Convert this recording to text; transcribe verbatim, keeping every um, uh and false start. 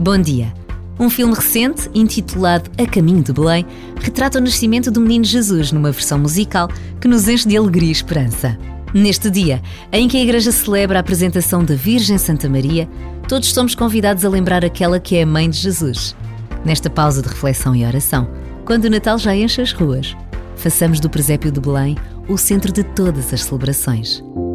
Bom dia! Um filme recente, intitulado A Caminho de Belém, retrata o nascimento do menino Jesus numa versão musical que nos enche de alegria e esperança. Neste dia, em que a Igreja celebra a apresentação da Virgem Santa Maria, todos somos convidados a lembrar aquela que é a Mãe de Jesus. Nesta pausa de reflexão e oração, quando o Natal já enche as ruas, façamos do presépio de Belém o centro de todas as celebrações.